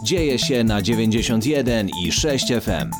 Dzieje się na 91,6 FM.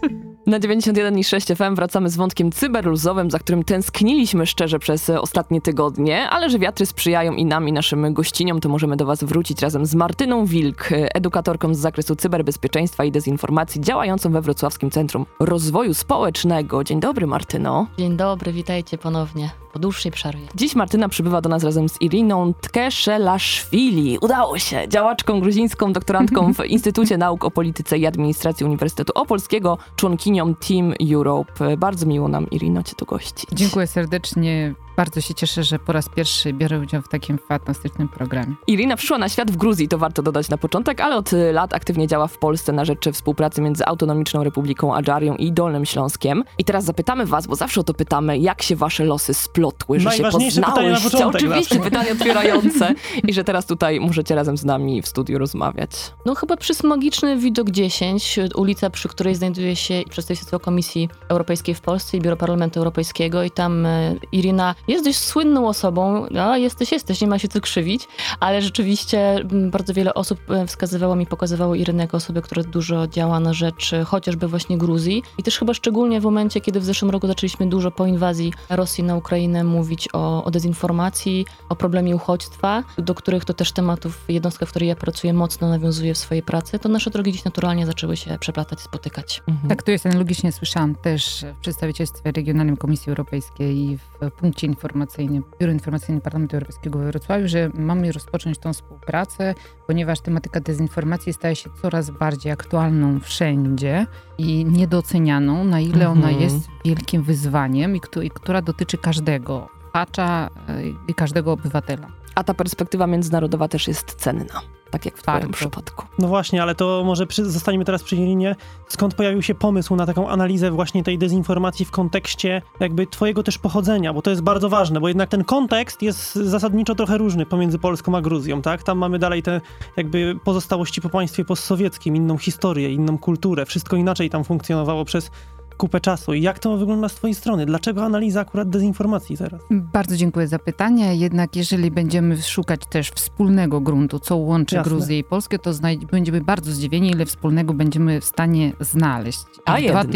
Na 91,6 FM wracamy z wątkiem cyberluzowym, za którym tęskniliśmy szczerze przez ostatnie tygodnie, ale że wiatry sprzyjają i nam, i naszym gościniom, to możemy do was wrócić razem z Martyną Wilk, edukatorką z zakresu cyberbezpieczeństwa i dezinformacji, działającą we Wrocławskim Centrum Rozwoju Społecznego. Dzień dobry, Martyno. Dzień dobry, witajcie ponownie po dłuższej przerwie. Dziś Martyna przybywa do nas razem z Iriną Tkeszelashvili. Udało się! Działaczką gruzińską, doktorantką w Instytucie Nauk o Polityce i Administracji Uniwersytetu Opolskiego, członkinią Team Europe. Bardzo miło nam, Irino, cię tu gościć. Dziękuję serdecznie. Bardzo się cieszę, że po raz pierwszy biorę udział w takim fantastycznym programie. Irina przyszła na świat w Gruzji, to warto dodać na początek, ale od lat aktywnie działa w Polsce na rzecz współpracy między Autonomiczną Republiką Adżarią i Dolnym Śląskiem. I teraz zapytamy was, bo zawsze o to pytamy, jak się wasze losy splotły, że się poznałyście. Oczywiście, pytanie otwierające. I że teraz tutaj możecie razem z nami w studiu rozmawiać. No chyba przez magiczny widok 10, ulica, przy której znajduje się przedstawicielstwo Komisji Europejskiej w Polsce i Biuro Parlamentu Europejskiego i tam Irina jest dość słynną osobą, no jesteś, nie ma się co krzywić, ale rzeczywiście bardzo wiele osób wskazywało mi, pokazywało Irynę jako osobę, która dużo działa na rzecz chociażby właśnie Gruzji i też chyba szczególnie w momencie, kiedy w zeszłym roku zaczęliśmy dużo po inwazji Rosji na Ukrainę mówić o dezinformacji, o problemie uchodźstwa, do których to też tematów jednostka, w której ja pracuję, mocno nawiązuje w swojej pracy, to nasze drogi gdzieś naturalnie zaczęły się przeplatać, spotykać. Tak, to jest analogicznie słyszałam też w przedstawicielstwie regionalnym Komisji Europejskiej i w punkcie informacyjnym, Biuro Informacyjne Parlamentu Europejskiego we Wrocławiu, że mamy rozpocząć tą współpracę, ponieważ tematyka dezinformacji staje się coraz bardziej aktualną wszędzie i niedocenianą, na ile ona jest wielkim wyzwaniem i która dotyczy każdego słuchacza i każdego obywatela. A ta perspektywa międzynarodowa też jest cenna, tak jak w twoim przypadku. No właśnie, ale to może zostaniemy teraz przy Irinie. Skąd pojawił się pomysł na taką analizę właśnie tej dezinformacji w kontekście jakby twojego też pochodzenia, bo to jest bardzo ważne, bo jednak ten kontekst jest zasadniczo trochę różny pomiędzy Polską a Gruzją, tak? Tam mamy dalej te jakby pozostałości po państwie postsowieckim, inną historię, inną kulturę, wszystko inaczej tam funkcjonowało przez kupę czasu. I jak to wygląda z twojej strony? Dlaczego analiza akurat dezinformacji teraz? Bardzo dziękuję za pytanie. Jednak jeżeli będziemy szukać też wspólnego gruntu, co łączy Gruzję i Polskę, to będziemy bardzo zdziwieni, ile wspólnego będziemy w stanie znaleźć. A jednak.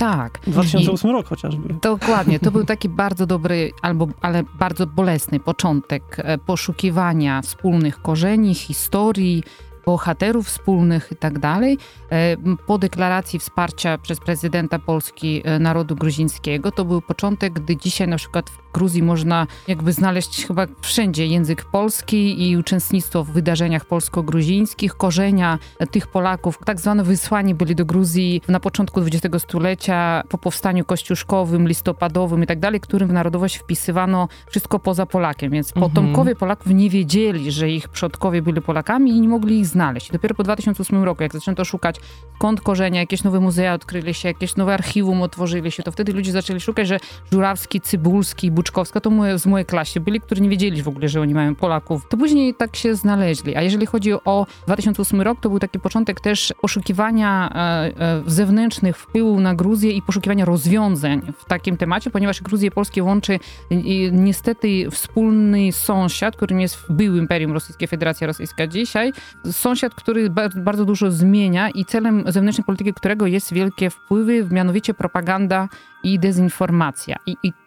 2008 rok chociażby. Dokładnie. To był taki bardzo dobry, ale bardzo bolesny początek poszukiwania wspólnych korzeni, historii, bohaterów wspólnych i tak dalej. Po deklaracji wsparcia przez prezydenta Polski narodu gruzińskiego, to był początek, gdy dzisiaj na przykład w Gruzji można jakby znaleźć chyba wszędzie język polski i uczestnictwo w wydarzeniach polsko-gruzińskich, korzenia tych Polaków. Tak zwane wysłani byli do Gruzji na początku XX stulecia po powstaniu kościuszkowym, listopadowym i tak dalej, którym w narodowość wpisywano wszystko poza Polakiem. Więc potomkowie Polaków nie wiedzieli, że ich przodkowie byli Polakami i nie mogli ich znaleźć. Dopiero po 2008 roku, jak zaczęto szukać skąd korzenia, jakieś nowe muzea odkryli się, jakieś nowe archiwum otworzyli się, to wtedy ludzie zaczęli szukać, że Żurawski, Cybulski, Buczkowska to z mojej klasie byli, którzy nie wiedzieli w ogóle, że oni mają Polaków. To później tak się znaleźli. A jeżeli chodzi o 2008 rok, to był taki początek też poszukiwania zewnętrznych wpływów na Gruzję i poszukiwania rozwiązań w takim temacie, ponieważ Gruzję i Polskę łączy niestety wspólny sąsiad, którym jest były Imperium Rosyjskie, Federacja Rosyjska dzisiaj. Sąsiad, który bardzo dużo zmienia i celem zewnętrznej polityki którego jest wielkie wpływy, mianowicie propaganda i dezinformacja.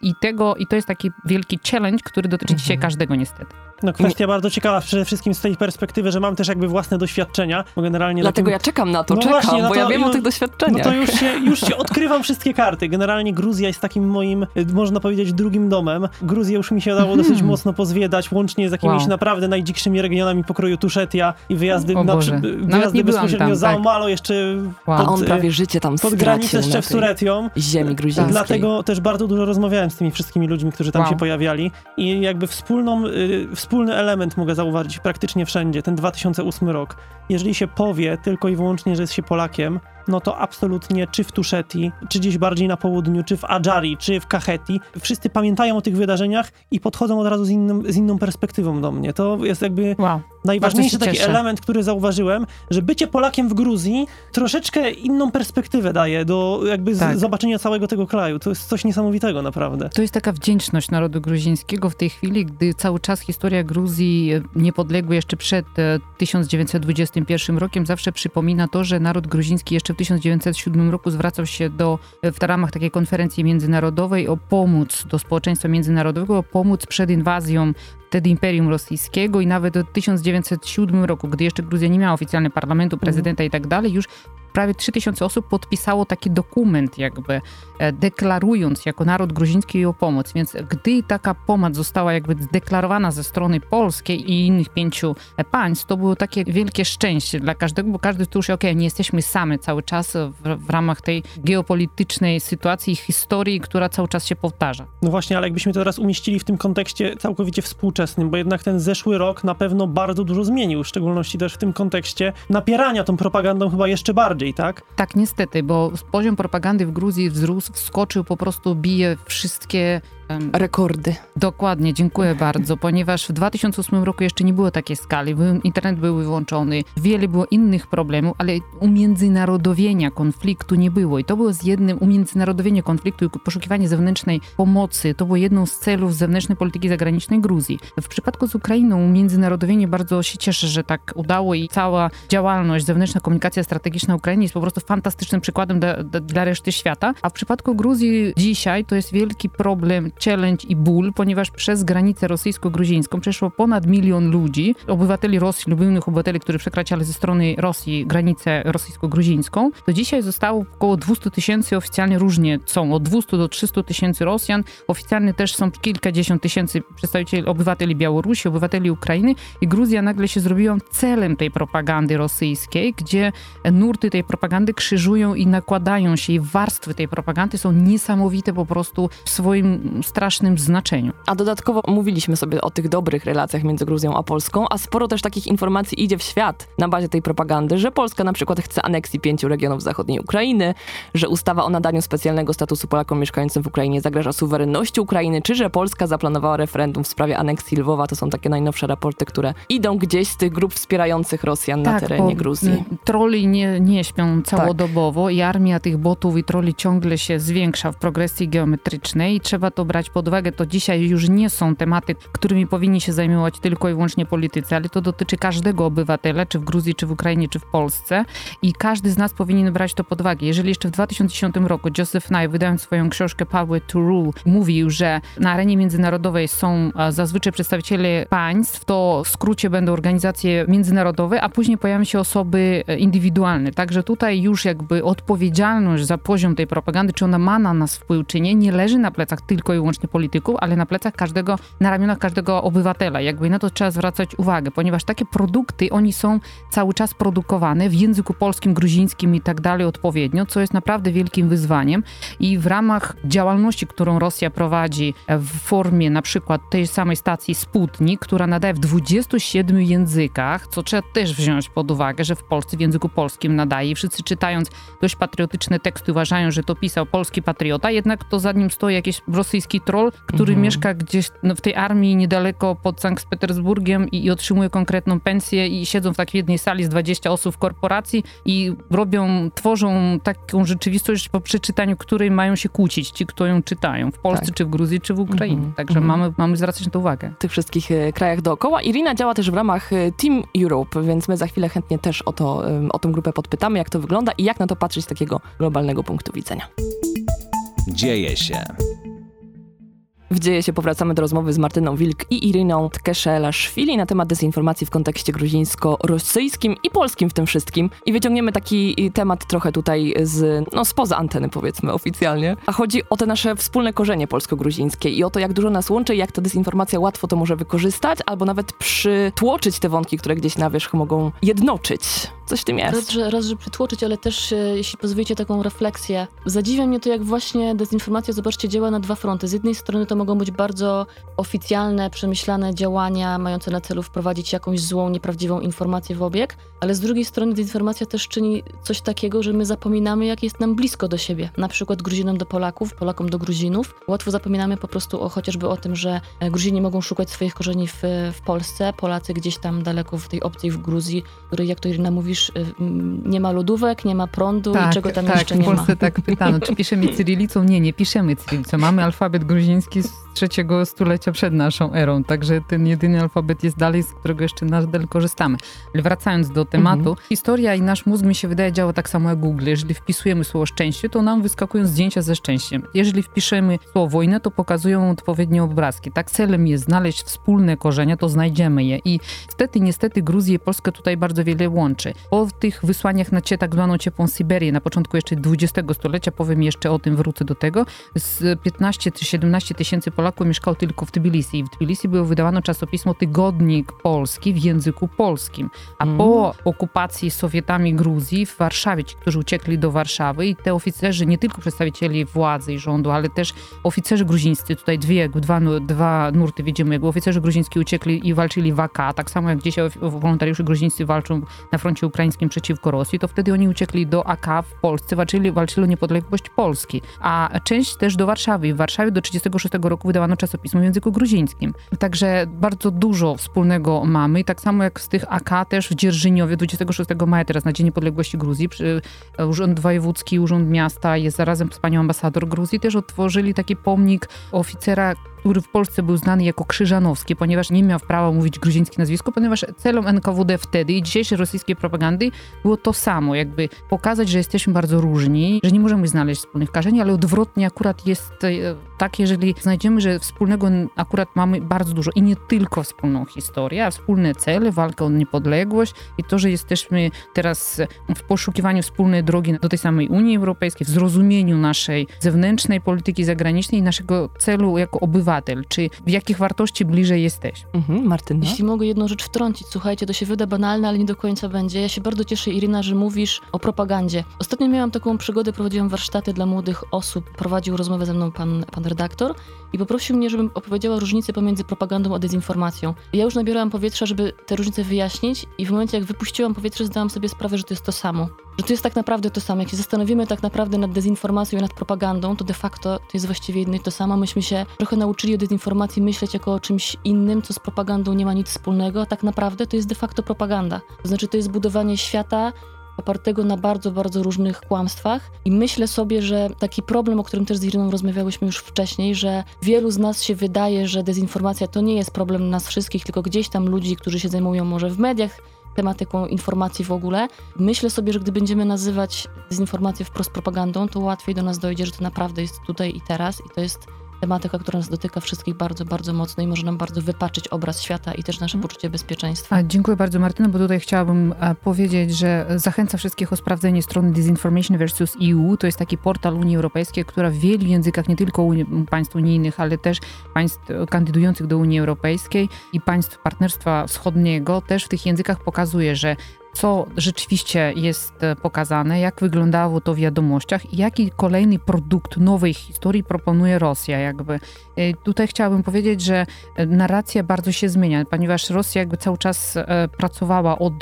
I to jest taki wielki challenge, który dotyczy dzisiaj każdego niestety. No kwestia bardzo ciekawa przede wszystkim z tej perspektywy, że mam też jakby własne doświadczenia, bo generalnie... Dlatego ja czekam na to, bo ja wiem o tych doświadczeniach. No to już się odkrywam wszystkie karty. Generalnie Gruzja jest takim moim, można powiedzieć, drugim domem. Gruzję już mi się udało dosyć mocno pozwiedzać, łącznie z jakimiś naprawdę najdzikszymi regionami pokroju Tuszetia i wyjazdy bezpośrednio za Omalo, jeszcze on prawie życie tam pod granicę z Suretią. Ziemi gruzińskiej. Dlatego też bardzo dużo rozmawiałem z tymi wszystkimi ludźmi, którzy tam się pojawiali i jakby wspólny element mogę zauważyć praktycznie wszędzie, ten 2008 rok. Jeżeli się powie tylko i wyłącznie, że jest się Polakiem, no to absolutnie czy w Tuszeti, czy gdzieś bardziej na południu, czy w Adżarii, czy w Kaheti, wszyscy pamiętają o tych wydarzeniach i podchodzą od razu z inną perspektywą do mnie. To jest jakby najważniejszy Bardzo się taki cieszę. element, który zauważyłem, że bycie Polakiem w Gruzji troszeczkę inną perspektywę daje do jakby Tak. zobaczenia całego tego kraju. To jest coś niesamowitego naprawdę. To jest taka wdzięczność narodu gruzińskiego w tej chwili, gdy cały czas historia Gruzji niepodległej jeszcze przed 1921 rokiem zawsze przypomina to, że naród gruziński jeszcze w 1907 roku zwracał się w ramach takiej konferencji międzynarodowej o pomoc do społeczeństwa międzynarodowego, o pomoc przed inwazją wtedy Imperium Rosyjskiego i nawet od 1907 roku, gdy jeszcze Gruzja nie miała oficjalnie parlamentu, prezydenta i tak dalej, już prawie 3000 osób podpisało taki dokument jakby deklarując jako naród gruziński o pomoc. Więc gdy taka pomoc została jakby zdeklarowana ze strony polskiej i innych 5 państw, to było takie wielkie szczęście dla każdego, bo każdy tu już nie jesteśmy sami cały czas w ramach tej geopolitycznej sytuacji i historii, która cały czas się powtarza. No właśnie, ale jakbyśmy to teraz umieścili w tym kontekście całkowicie współczesnym, bo jednak ten zeszły rok na pewno bardzo dużo zmienił, w szczególności też w tym kontekście napierania tą propagandą chyba jeszcze bardziej, tak? Tak, niestety, bo poziom propagandy w Gruzji wzrósł, wskoczył, po prostu bije wszystkie... Rekordy. Dokładnie, dziękuję bardzo, ponieważ w 2008 roku jeszcze nie było takiej skali, internet był wyłączony, wiele było innych problemów, ale umiędzynarodowienia konfliktu nie było i to było umiędzynarodowienie konfliktu i poszukiwanie zewnętrznej pomocy, to było jedną z celów zewnętrznej polityki zagranicznej Gruzji. W przypadku z Ukrainą umiędzynarodowienie bardzo się cieszę, że tak udało i cała działalność, zewnętrzna komunikacja strategiczna Ukrainy jest po prostu fantastycznym przykładem dla reszty świata, a w przypadku Gruzji dzisiaj to jest wielki problem, challenge i ból, ponieważ przez granicę rosyjsko-gruzińską przeszło ponad 1 milion ludzi, obywateli Rosji lub innych obywateli, którzy przekraczali ze strony Rosji granicę rosyjsko-gruzińską. Do dzisiaj zostało około 200 000, oficjalnie różnie są, od 200 do 300 000 Rosjan. Oficjalnie też są kilkadziesiąt tysięcy przedstawicieli obywateli Białorusi, obywateli Ukrainy i Gruzja nagle się zrobiła celem tej propagandy rosyjskiej, gdzie nurty tej propagandy krzyżują i nakładają się i warstwy tej propagandy są niesamowite po prostu w swoim strasznym znaczeniu. A dodatkowo mówiliśmy sobie o tych dobrych relacjach między Gruzją a Polską, a sporo też takich informacji idzie w świat na bazie tej propagandy, że Polska na przykład chce aneksji 5 regionów zachodniej Ukrainy, że ustawa o nadaniu specjalnego statusu Polakom mieszkającym w Ukrainie zagraża suwerenności Ukrainy, czy że Polska zaplanowała referendum w sprawie aneksji Lwowa. To są takie najnowsze raporty, które idą gdzieś z tych grup wspierających Rosjan na terenie Gruzji. Troli nie śpią całodobowo i armia tych botów i troli ciągle się zwiększa w progresji geometrycznej i trzeba to brać pod uwagę. To dzisiaj już nie są tematy, którymi powinni się zajmować tylko i wyłącznie politycy, ale to dotyczy każdego obywatela, czy w Gruzji, czy w Ukrainie, czy w Polsce i każdy z nas powinien brać to pod uwagę. Jeżeli jeszcze w 2010 roku Joseph Nye, wydając swoją książkę Power to Rule, mówił, że na arenie międzynarodowej są zazwyczaj przedstawiciele państw, to w skrócie będą organizacje międzynarodowe, a później pojawią się osoby indywidualne. Także tutaj już jakby odpowiedzialność za poziom tej propagandy, czy ona ma na nas wpływ, czy nie leży na plecach tylko i wyłącznie polityków, ale na plecach na ramionach każdego obywatela. Jakby na to trzeba zwracać uwagę, ponieważ takie produkty, oni są cały czas produkowane w języku polskim, gruzińskim i tak dalej odpowiednio, co jest naprawdę wielkim wyzwaniem i w ramach działalności, którą Rosja prowadzi w formie na przykład tej samej stacji Sputnik, która nadaje w 27 językach, co trzeba też wziąć pod uwagę, że w Polsce w języku polskim nadaje i wszyscy czytając dość patriotyczne teksty uważają, że to pisał polski patriota, jednak to za nim stoi jakiś rosyjski troll, który mieszka gdzieś w tej armii niedaleko pod Sankt Petersburgiem i otrzymuje konkretną pensję i siedzą w takiej jednej sali z 20 osób w korporacji i tworzą taką rzeczywistość, po przeczytaniu której mają się kłócić ci, kto ją czytają w Polsce, czy w Gruzji, czy w Ukrainie. Także mamy zwracać na to uwagę. W tych wszystkich krajach dookoła. Irina działa też w ramach Team Europe, więc my za chwilę chętnie też o tę grupę podpytamy, jak to wygląda i jak na to patrzeć z takiego globalnego punktu widzenia. Dzieje się. W Dzieje się powracamy do rozmowy z Martyną Wilk i Iriną Tkeszela-Szwili na temat dezinformacji w kontekście gruzińsko-rosyjskim i polskim w tym wszystkim. I wyciągniemy taki temat trochę tutaj spoza anteny, powiedzmy oficjalnie. A chodzi o te nasze wspólne korzenie polsko-gruzińskie i o to, jak dużo nas łączy i jak ta dezinformacja łatwo to może wykorzystać, albo nawet przytłoczyć te wątki, które gdzieś na wierzch mogą jednoczyć. coś w tym jest. Raz, że przytłoczyć, ale też, jeśli pozwolicie, taką refleksję. Zadziwia mnie to, jak właśnie dezinformacja, zobaczcie, działa na dwa fronty. Z jednej strony to mogą być bardzo oficjalne, przemyślane działania mające na celu wprowadzić jakąś złą, nieprawdziwą informację w obieg, ale z drugiej strony dezinformacja też czyni coś takiego, że my zapominamy, jak jest nam blisko do siebie. Na przykład Gruzinom do Polaków, Polakom do Gruzinów. Łatwo zapominamy po prostu chociażby o tym, że Gruzini mogą szukać swoich korzeni w Polsce, Polacy gdzieś tam daleko w tej obcej w Gruzji, której, jak to Irina mówisz, nie ma lodówek, nie ma prądu i czego tam jeszcze nie ma. Tak, w Polsce tak pytano, czy piszemy cyrylicą? Nie piszemy cyrylicą. Mamy alfabet gruziński z trzeciego stulecia przed naszą erą, także ten jedyny alfabet jest dalej, z którego jeszcze nadal korzystamy. Ale wracając do tematu, historia i nasz mózg, mi się wydaje, działa tak samo jak Google. Jeżeli wpisujemy słowo szczęście, to nam wyskakują zdjęcia ze szczęściem. Jeżeli wpiszemy słowo wojnę, to pokazują odpowiednie obrazki. Tak celem jest znaleźć wspólne korzenie, to znajdziemy je. I niestety Gruzję i Polskę tutaj bardzo wiele łączy. Po tych wysłaniach na tak zwaną ciepłą Syberię na początku jeszcze XX stulecia, powiem jeszcze o tym, wrócę do tego, z 15 czy 17 tysięcy Polaków mieszkało tylko w Tbilisi. I w Tbilisi było wydawano czasopismo Tygodnik Polski w języku polskim. A po okupacji Sowietami Gruzji w Warszawie, ci, którzy uciekli do Warszawy i te oficerzy, nie tylko przedstawicieli władzy i rządu, ale też oficerzy gruzińscy, tutaj dwa nurty widzimy, jak oficerzy gruzińscy uciekli i walczyli w AK, tak samo jak dzisiaj wolontariusze gruzińscy walczą na froncie ukraińskim przeciwko Rosji, to wtedy oni uciekli do AK w Polsce, walczyli o niepodległość Polski, a część też do Warszawy. W Warszawie do 1936 roku wydawano czasopismo w języku gruzińskim. Także bardzo dużo wspólnego mamy i tak samo jak z tych AK też w Dzierżyniowie 26 maja, teraz na Dzień Niepodległości Gruzji, Urząd Wojewódzki, Urząd Miasta jest zarazem z panią ambasador Gruzji, też otworzyli taki pomnik oficera, który w Polsce był znany jako Krzyżanowski, ponieważ nie miał prawa mówić gruzińskie nazwisko, ponieważ celem NKWD wtedy i dzisiejszej rosyjskiej propagandy było to samo, jakby pokazać, że jesteśmy bardzo różni, że nie możemy znaleźć wspólnych korzeni, ale odwrotnie akurat jest tak, jeżeli znajdziemy, że wspólnego akurat mamy bardzo dużo i nie tylko wspólną historię, a wspólne cele, walkę o niepodległość i to, że jesteśmy teraz w poszukiwaniu wspólnej drogi do tej samej Unii Europejskiej, w zrozumieniu naszej zewnętrznej polityki zagranicznej i naszego celu jako obywatel, czy w jakich wartości bliżej jesteś. Martyna? Jeśli mogę jedną rzecz wtrącić, słuchajcie, to się wyda banalne, ale nie do końca będzie. Ja się bardzo cieszę, Irina, że mówisz o propagandzie. Ostatnio miałam taką przygodę, prowadziłam warsztaty dla młodych osób, prowadził rozmowę ze mną pan redaktor i poprosił mnie, żebym opowiedziała różnicę pomiędzy propagandą a dezinformacją. Ja już nabierałam powietrza, żeby te różnice wyjaśnić i w momencie, jak wypuściłam powietrze, zdałam sobie sprawę, że to jest to samo. Że to jest tak naprawdę to samo. Jak się zastanowimy tak naprawdę nad dezinformacją i nad propagandą, to de facto to jest właściwie jedno i to samo. Myśmy się trochę nauczyli o dezinformacji myśleć jako o czymś innym, co z propagandą nie ma nic wspólnego. Tak naprawdę to jest de facto propaganda. To znaczy to jest budowanie świata opartego na bardzo, bardzo różnych kłamstwach i myślę sobie, że taki problem, o którym też z Iriną rozmawiałyśmy już wcześniej, że wielu z nas się wydaje, że dezinformacja to nie jest problem nas wszystkich, tylko gdzieś tam ludzi, którzy się zajmują może w mediach tematyką informacji w ogóle. Myślę sobie, że gdy będziemy nazywać dezinformację wprost propagandą, to łatwiej do nas dojdzie, że to naprawdę jest tutaj i teraz i to jest tematyka, która nas dotyka wszystkich bardzo, bardzo mocno i może nam bardzo wypaczyć obraz świata i też nasze poczucie bezpieczeństwa. Dziękuję bardzo, Martyno, bo tutaj chciałabym powiedzieć, że zachęcam wszystkich o sprawdzenie strony Disinformation vs. EU. To jest taki portal Unii Europejskiej, która w wielu językach, nie tylko państw unijnych, ale też państw kandydujących do Unii Europejskiej i państw Partnerstwa Wschodniego też w tych językach pokazuje, że co rzeczywiście jest pokazane, jak wyglądało to w wiadomościach i jaki kolejny produkt nowej historii proponuje Rosja. Jakby. Tutaj chciałabym powiedzieć, że narracja bardzo się zmienia, ponieważ Rosja jakby cały czas pracowała od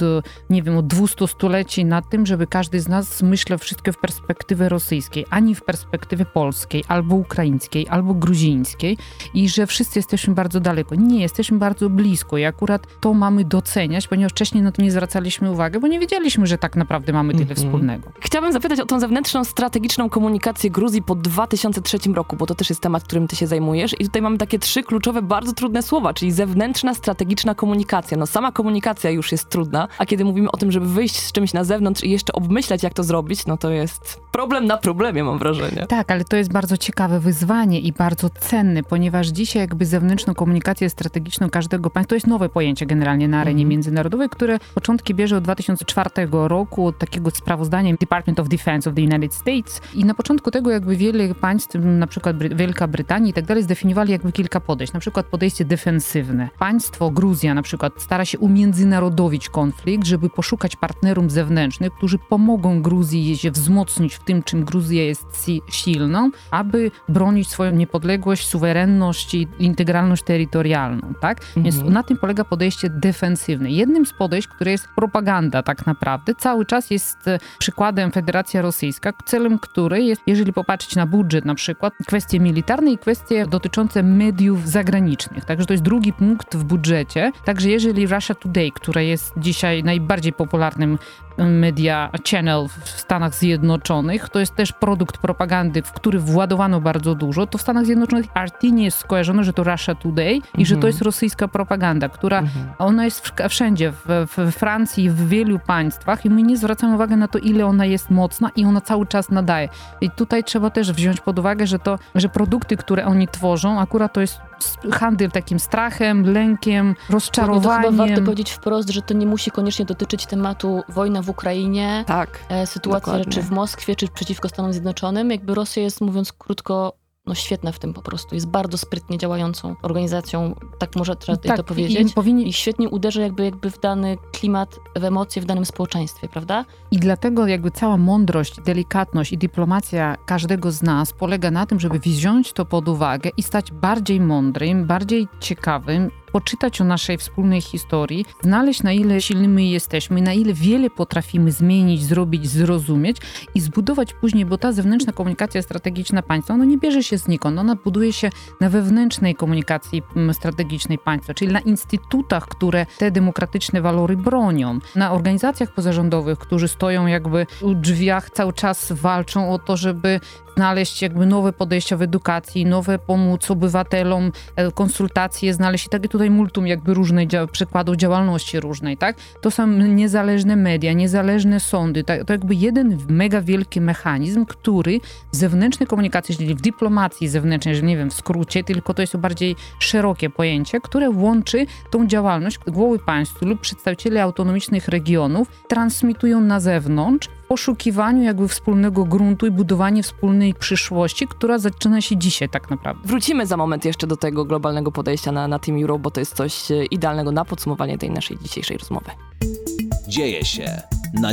200 stuleci nad tym, żeby każdy z nas myślał wszystko w perspektywie rosyjskiej, ani w perspektywie polskiej, albo ukraińskiej, albo gruzińskiej i że wszyscy jesteśmy bardzo daleko. Nie, jesteśmy bardzo blisko i akurat to mamy doceniać, ponieważ wcześniej na to nie zwracaliśmy uwagi, bo nie wiedzieliśmy, że tak naprawdę mamy tyle wspólnego. Chciałabym zapytać o tą zewnętrzną, strategiczną komunikację Gruzji po 2003 roku, bo to też jest temat, którym ty się zajmujesz i tutaj mamy takie 3 kluczowe, bardzo trudne słowa, czyli zewnętrzna, strategiczna komunikacja. No sama komunikacja już jest trudna, a kiedy mówimy o tym, żeby wyjść z czymś na zewnątrz i jeszcze obmyślać, jak to zrobić, no to jest problem na problemie, mam wrażenie. Tak, ale to jest bardzo ciekawe wyzwanie i bardzo cenne, ponieważ dzisiaj jakby zewnętrzną komunikację strategiczną każdego państwa, to jest nowe pojęcie generalnie na arenie międzynarodowej, które początki bierze od 2004 roku, od takiego sprawozdania Department of Defense of the United States i na początku tego jakby wiele państw, na przykład Wielka Brytania i tak dalej, zdefiniowali jakby kilka podejść. Na przykład podejście defensywne. Państwo, Gruzja na przykład, stara się umiędzynarodowić konflikt, żeby poszukać partnerów zewnętrznych, którzy pomogą Gruzji się wzmocnić w tym, czym Gruzja jest silną, aby bronić swoją niepodległość, suwerenność i integralność terytorialną, tak? Więc na tym polega podejście defensywne. Jednym z podejść, które jest propaganda tak naprawdę, cały czas jest przykładem Federacja Rosyjska, celem której jest, jeżeli popatrzeć na budżet na przykład, kwestie militarne i kwestie dotyczące mediów zagranicznych. Także to jest drugi punkt w budżecie. Także jeżeli Russia Today, które jest dzisiaj najbardziej popularnym media channel w Stanach Zjednoczonych, to jest też produkt propagandy, w który władowano bardzo dużo, to w Stanach Zjednoczonych RT nie jest skojarzone, że to Russia Today i że to jest rosyjska propaganda, która ona jest wszędzie, w Francji i w wielu państwach i my nie zwracamy uwagi na to, ile ona jest mocna i ona cały czas nadaje. I tutaj trzeba też wziąć pod uwagę, że produkty, które oni tworzą, akurat to jest handel takim strachem, lękiem, rozczarowaniem. To chyba warto powiedzieć wprost, że to nie musi koniecznie dotyczyć tematu wojna w Ukrainie, sytuacja dokładnie. czy w Moskwie, czy przeciwko Stanom Zjednoczonym. Jakby Rosja jest, mówiąc krótko, świetna w tym po prostu. Jest bardzo sprytnie działającą organizacją, tak może trzeba to powiedzieć. I świetnie uderza jakby w dany klimat, w emocje w danym społeczeństwie, prawda? I dlatego jakby cała mądrość, delikatność i dyplomacja każdego z nas polega na tym, żeby wziąć to pod uwagę i stać bardziej mądrym, bardziej ciekawym, poczytać o naszej wspólnej historii, znaleźć na ile silnymi jesteśmy, na ile wiele potrafimy zmienić, zrobić, zrozumieć i zbudować później, bo ta zewnętrzna komunikacja strategiczna państwa, ona nie bierze się znikąd, ona buduje się na wewnętrznej komunikacji strategicznej państwa, czyli na instytutach, które te demokratyczne walory bronią, na organizacjach pozarządowych, którzy stoją jakby u drzwiach, cały czas walczą o to, żeby znaleźć jakby nowe podejścia w edukacji, nowe pomóc obywatelom, konsultacje znaleźć i takie tutaj multum jakby różnych przykładów działalności różnej, tak? To są niezależne media, niezależne sądy, to jakby jeden mega wielki mechanizm, który w zewnętrznej komunikacji, czyli w dyplomacji zewnętrznej, że nie wiem, w skrócie, tylko to jest bardziej szerokie pojęcie, które łączy tą działalność głowy państw lub przedstawiciele autonomicznych regionów, transmitują na zewnątrz, w poszukiwaniu jakby wspólnego gruntu i budowanie wspólnej przyszłości, która zaczyna się dzisiaj tak naprawdę. Wrócimy za moment jeszcze do tego globalnego podejścia na Team Europe, bo to jest coś idealnego na podsumowanie tej naszej dzisiejszej rozmowy. Dzieje się na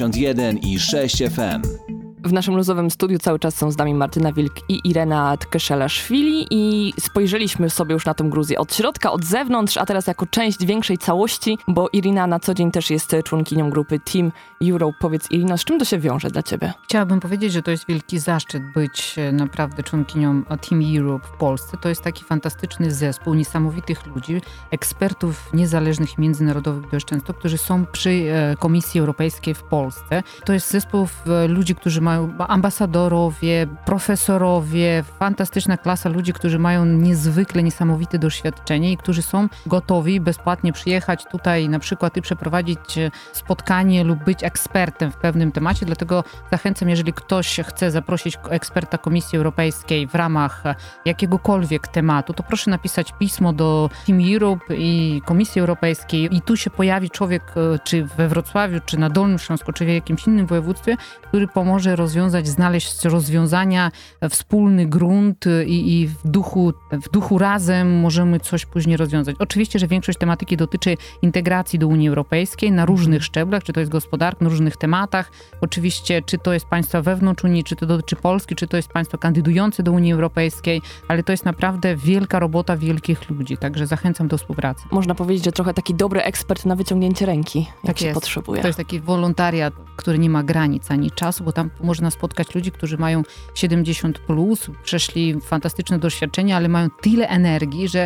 91,6 FM. W naszym luzowym studiu cały czas są z nami Martyna Wilk i Irena Tkeszela-Szwili i spojrzeliśmy sobie już na tę Gruzję od środka, od zewnątrz, a teraz jako część większej całości, bo Irina na co dzień też jest członkinią grupy Team Europe. Powiedz, Irina, z czym to się wiąże dla ciebie? Chciałabym powiedzieć, że to jest wielki zaszczyt być naprawdę członkinią Team Europe w Polsce. To jest taki fantastyczny zespół niesamowitych ludzi, ekspertów niezależnych i międzynarodowych dość często, którzy są przy Komisji Europejskiej w Polsce. To jest zespół ludzi, którzy mają ambasadorowie, profesorowie, fantastyczna klasa ludzi, którzy mają niezwykle niesamowite doświadczenie i którzy są gotowi bezpłatnie przyjechać tutaj na przykład i przeprowadzić spotkanie lub być ekspertem w pewnym temacie. Dlatego zachęcam, jeżeli ktoś chce zaprosić eksperta Komisji Europejskiej w ramach jakiegokolwiek tematu, to proszę napisać pismo do Team Europe i Komisji Europejskiej i tu się pojawi człowiek, czy we Wrocławiu, czy na Dolnym Śląsku, czy w jakimś innym województwie, który pomoże znaleźć rozwiązania, wspólny grunt i w duchu razem możemy coś później rozwiązać. Oczywiście, że większość tematyki dotyczy integracji do Unii Europejskiej na różnych szczeblach, czy to jest gospodarka, na różnych tematach. Oczywiście, czy to jest państwa wewnątrz Unii, czy to dotyczy Polski, czy to jest państwo kandydujące do Unii Europejskiej, ale to jest naprawdę wielka robota wielkich ludzi, także zachęcam do współpracy. Można powiedzieć, że trochę taki dobry ekspert na wyciągnięcie ręki, jak się potrzebuje. To jest taki wolontariat, który nie ma granic ani czasu, bo tam można spotkać ludzi, którzy mają 70+, przeszli fantastyczne doświadczenia, ale mają tyle energii, że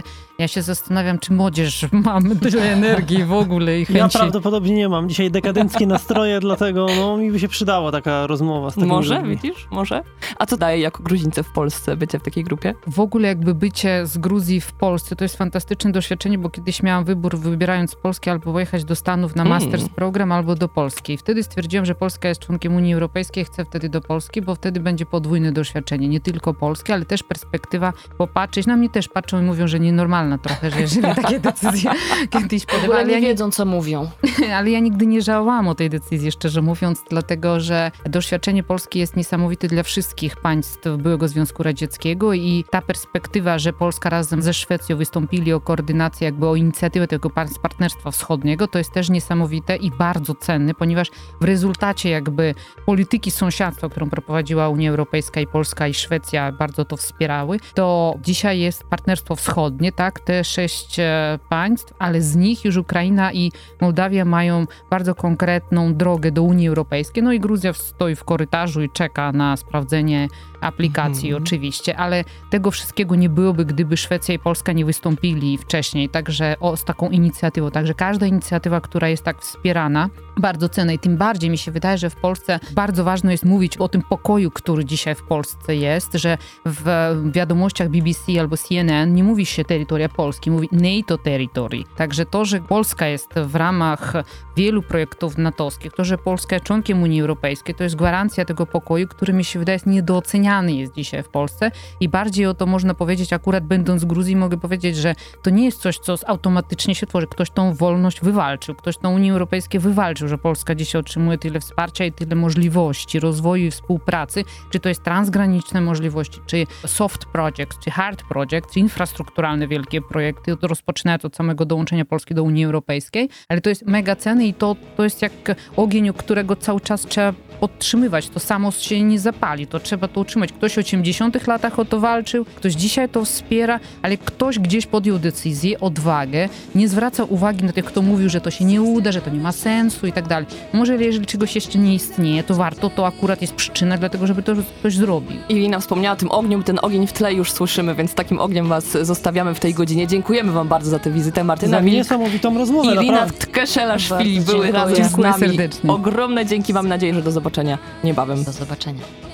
Ja się zastanawiam, czy młodzież mamy tyle energii w ogóle i chęci. Ja prawdopodobnie nie mam dzisiaj dekadenckie nastroje, dlatego mi by się przydała taka rozmowa z takimi Może, ludźmi. widzisz? Może. A co daje jako Gruzińce w Polsce bycie w takiej grupie? W ogóle jakby bycie z Gruzji w Polsce to jest fantastyczne doświadczenie, bo kiedyś miałam wybór, wybierając Polskę, albo pojechać do Stanów na Masters Program, albo do Polski. I wtedy stwierdziłam, że Polska jest członkiem Unii Europejskiej, chcę wtedy do Polski, bo wtedy będzie podwójne doświadczenie. Nie tylko polskie, ale też perspektywa popatrzeć. Na mnie też patrzą i mówią, że nienormalna trochę, że jeżeli takie decyzje kiedyś W podejmą. ogóle Ale nie ja wiedzą, co mówią. ale ja nigdy nie żałowałam o tej decyzji, szczerze mówiąc, dlatego, że doświadczenie Polski jest niesamowite dla wszystkich państw byłego Związku Radzieckiego i ta perspektywa, że Polska razem ze Szwecją wystąpili o koordynację, jakby o inicjatywę tego partnerstwa wschodniego, to jest też niesamowite i bardzo cenne, ponieważ w rezultacie jakby polityki sąsiadztwa, którą prowadziła Unia Europejska i Polska i Szwecja bardzo to wspierały, to dzisiaj jest partnerstwo wschodnie, tak, te 6 państw, ale z nich już Ukraina i Mołdawia mają bardzo konkretną drogę do Unii Europejskiej, no i Gruzja stoi w korytarzu i czeka na sprawdzenie aplikacji oczywiście, ale tego wszystkiego nie byłoby, gdyby Szwecja i Polska nie wystąpili wcześniej, także z taką inicjatywą, także każda inicjatywa, która jest tak wspierana, bardzo cenna i tym bardziej mi się wydaje, że w Polsce bardzo ważne jest mówić o tym pokoju, który dzisiaj w Polsce jest, że w wiadomościach BBC albo CNN nie mówi się terytoria Polski, mówi NATO territory. Także to, że Polska jest w ramach wielu projektów natowskich, to, że Polska jest członkiem Unii Europejskiej, to jest gwarancja tego pokoju, który mi się wydaje jest niedoceniany jest dzisiaj w Polsce i bardziej o to można powiedzieć, akurat będąc w Gruzji mogę powiedzieć, że to nie jest coś, co automatycznie się tworzy. Ktoś tą wolność wywalczył, ktoś tą Unię Europejską wywalczył, że Polska dzisiaj otrzymuje tyle wsparcia i tyle możliwości rozwoju i współpracy, czy to jest transgraniczne możliwości, czy soft projects, czy hard projects, czy infrastrukturalne wielkie projekty, rozpoczynając od samego dołączenia Polski do Unii Europejskiej, ale to jest mega cenne i to jest jak ogień, którego cały czas trzeba podtrzymywać. To samo się nie zapali, to trzeba to utrzymać. Ktoś w 80 latach o to walczył, ktoś dzisiaj to wspiera, ale ktoś gdzieś podjął decyzję, odwagę, nie zwraca uwagi na tych, kto mówił, że to się nie uda, że to nie ma sensu i tak dalej. Może jeżeli czegoś jeszcze nie istnieje, to warto, to akurat jest przyczyna dlatego, żeby to ktoś zrobił. Irina wspomniała o tym ogniu, ten ogień w tle już słyszymy, więc takim ogniem was zostawiamy w tej godzinie. Dziękujemy wam bardzo za tę wizytę. Martyna Za Wilk, niesamowitą rozmowę, Irina naprawdę. Tkeszela-Szpili Bardzo były dziękuję. razem z Dziękuję nami. serdecznie. Ogromne dzięki, mam nadzieję, że do zobaczenia niebawem. Do zobaczenia.